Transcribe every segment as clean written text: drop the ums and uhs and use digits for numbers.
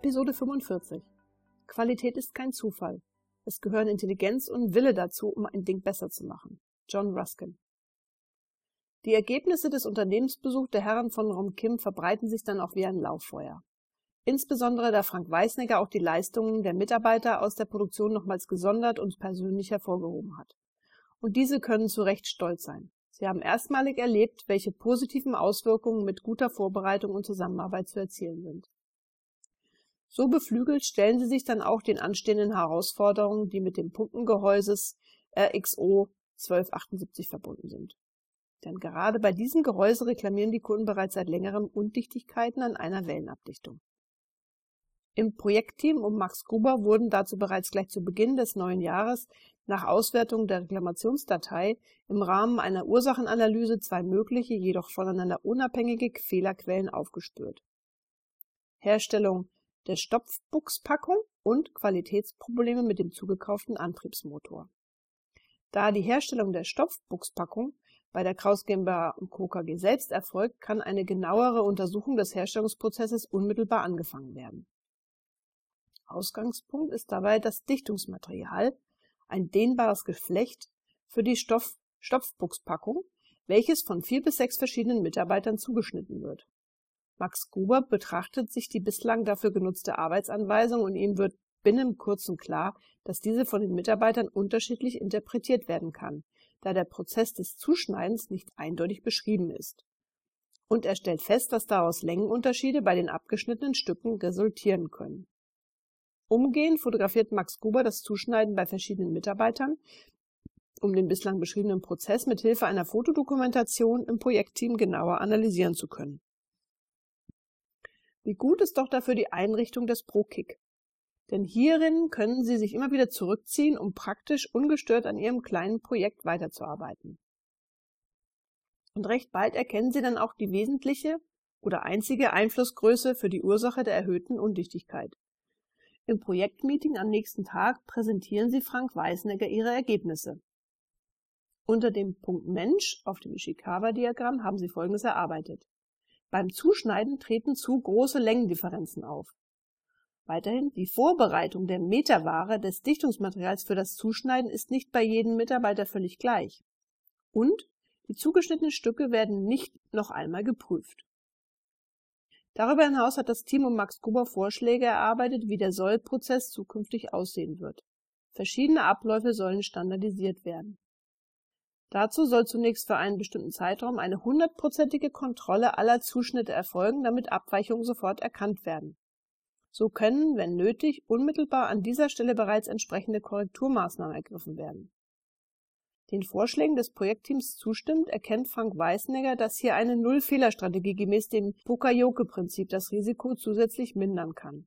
Episode 45. Qualität ist kein Zufall. Es gehören Intelligenz und Wille dazu, um ein Ding besser zu machen. John Ruskin. Die Ergebnisse des Unternehmensbesuchs der Herren von Rom Kim verbreiten sich dann auch wie ein Lauffeuer. Insbesondere da Frank Weissenegger auch die Leistungen der Mitarbeiter aus der Produktion nochmals gesondert und persönlich hervorgehoben hat. Und diese können zu Recht stolz sein. Sie haben erstmalig erlebt, welche positiven Auswirkungen mit guter Vorbereitung und Zusammenarbeit zu erzielen sind. So beflügelt stellen sie sich dann auch den anstehenden Herausforderungen, die mit dem Pumpengehäuses RXO 1278 verbunden sind. Denn gerade bei diesem Gehäuse reklamieren die Kunden bereits seit längerem Undichtigkeiten an einer Wellenabdichtung. Im Projektteam um Max Gruber wurden dazu bereits gleich zu Beginn des neuen Jahres nach Auswertung der Reklamationsdatei im Rahmen einer Ursachenanalyse zwei mögliche, jedoch voneinander unabhängige Fehlerquellen aufgespürt: Herstellung der Stopfbuchspackung und Qualitätsprobleme mit dem zugekauften Antriebsmotor. Da die Herstellung der Stopfbuchspackung bei der Kraus GmbH & Co. KG selbst erfolgt, kann eine genauere Untersuchung des Herstellungsprozesses unmittelbar angefangen werden. Ausgangspunkt ist dabei das Dichtungsmaterial, ein dehnbares Geflecht für die Stopfbuchspackung, welches von 4 bis 6 verschiedenen Mitarbeitern zugeschnitten wird. Max Gruber betrachtet sich die bislang dafür genutzte Arbeitsanweisung und ihm wird binnen kurzem klar, dass diese von den Mitarbeitern unterschiedlich interpretiert werden kann, da der Prozess des Zuschneidens nicht eindeutig beschrieben ist. Und er stellt fest, dass daraus Längenunterschiede bei den abgeschnittenen Stücken resultieren können. Umgehend fotografiert Max Gruber das Zuschneiden bei verschiedenen Mitarbeitern, um den bislang beschriebenen Prozess mit Hilfe einer Fotodokumentation im Projektteam genauer analysieren zu können. Wie gut ist doch dafür die Einrichtung des ProKick. Denn hierin können Sie sich immer wieder zurückziehen, um praktisch ungestört an Ihrem kleinen Projekt weiterzuarbeiten. Und recht bald erkennen Sie dann auch die wesentliche oder einzige Einflussgröße für die Ursache der erhöhten Undichtigkeit. Im Projektmeeting am nächsten Tag präsentieren Sie Frank Weissenegger Ihre Ergebnisse. Unter dem Punkt Mensch auf dem Ishikawa-Diagramm haben Sie Folgendes erarbeitet: Beim Zuschneiden treten zu große Längendifferenzen auf. Weiterhin, die Vorbereitung der Meterware des Dichtungsmaterials für das Zuschneiden ist nicht bei jedem Mitarbeiter völlig gleich. Und die zugeschnittenen Stücke werden nicht noch einmal geprüft. Darüber hinaus hat das Team um Max Gruber Vorschläge erarbeitet, wie der Sollprozess zukünftig aussehen wird. Verschiedene Abläufe sollen standardisiert werden. Dazu soll zunächst für einen bestimmten Zeitraum eine 100%ige Kontrolle aller Zuschnitte erfolgen, damit Abweichungen sofort erkannt werden. So können, wenn nötig, unmittelbar an dieser Stelle bereits entsprechende Korrekturmaßnahmen ergriffen werden. Den Vorschlägen des Projektteams zustimmend erkennt Frank Weissenegger, dass hier eine Null-Fehler-Strategie gemäß dem Poka-Yoke-Prinzip das Risiko zusätzlich mindern kann.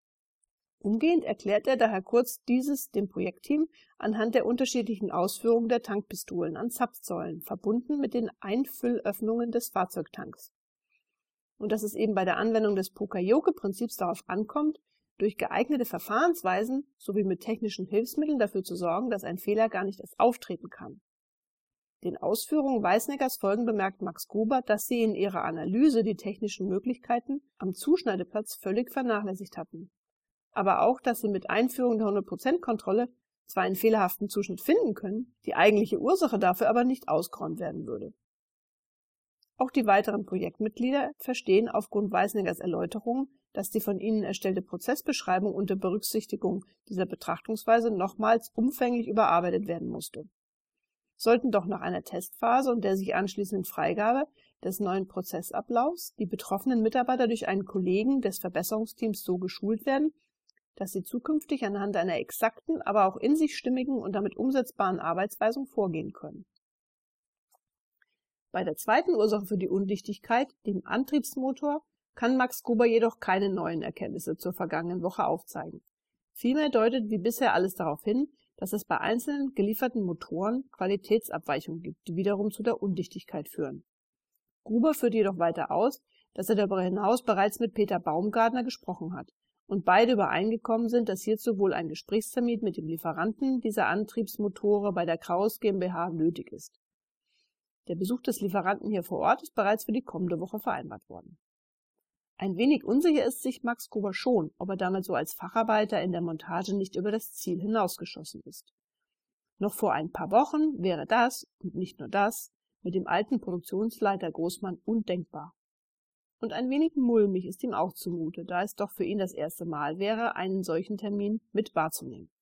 Umgehend erklärt er daher kurz dieses dem Projektteam anhand der unterschiedlichen Ausführungen der Tankpistolen an Zapfsäulen, verbunden mit den Einfüllöffnungen des Fahrzeugtanks. Und dass es eben bei der Anwendung des Poka-Yoke-Prinzips darauf ankommt, durch geeignete Verfahrensweisen sowie mit technischen Hilfsmitteln dafür zu sorgen, dass ein Fehler gar nicht erst auftreten kann. Den Ausführungen Weisseneggers folgend bemerkt Max Gruber, dass sie in ihrer Analyse die technischen Möglichkeiten am Zuschneideplatz völlig vernachlässigt hatten. Aber auch, dass sie mit Einführung der 100%-Kontrolle zwar einen fehlerhaften Zuschnitt finden können, die eigentliche Ursache dafür aber nicht ausgeräumt werden würde. Auch die weiteren Projektmitglieder verstehen aufgrund Weisseneggers Erläuterungen, dass die von ihnen erstellte Prozessbeschreibung unter Berücksichtigung dieser Betrachtungsweise nochmals umfänglich überarbeitet werden musste. Sollten doch nach einer Testphase und der sich anschließenden Freigabe des neuen Prozessablaufs die betroffenen Mitarbeiter durch einen Kollegen des Verbesserungsteams so geschult werden, dass sie zukünftig anhand einer exakten, aber auch in sich stimmigen und damit umsetzbaren Arbeitsweisung vorgehen können. Bei der zweiten Ursache für die Undichtigkeit, dem Antriebsmotor, kann Max Gruber jedoch keine neuen Erkenntnisse zur vergangenen Woche aufzeigen. Vielmehr deutet wie bisher alles darauf hin, dass es bei einzelnen gelieferten Motoren Qualitätsabweichungen gibt, die wiederum zu der Undichtigkeit führen. Gruber führt jedoch weiter aus, dass er darüber hinaus bereits mit Peter Baumgartner gesprochen hat und beide übereingekommen sind, dass hierzu wohl ein Gesprächstermin mit dem Lieferanten dieser Antriebsmotore bei der Kraus GmbH nötig ist. Der Besuch des Lieferanten hier vor Ort ist bereits für die kommende Woche vereinbart worden. Ein wenig unsicher ist sich Max Gruber schon, ob er damit so als Facharbeiter in der Montage nicht über das Ziel hinausgeschossen ist. Noch vor ein paar Wochen wäre das, und nicht nur das, mit dem alten Produktionsleiter Großmann undenkbar. Und ein wenig mulmig ist ihm auch zumute, da es doch für ihn das erste Mal wäre, einen solchen Termin mit wahrzunehmen.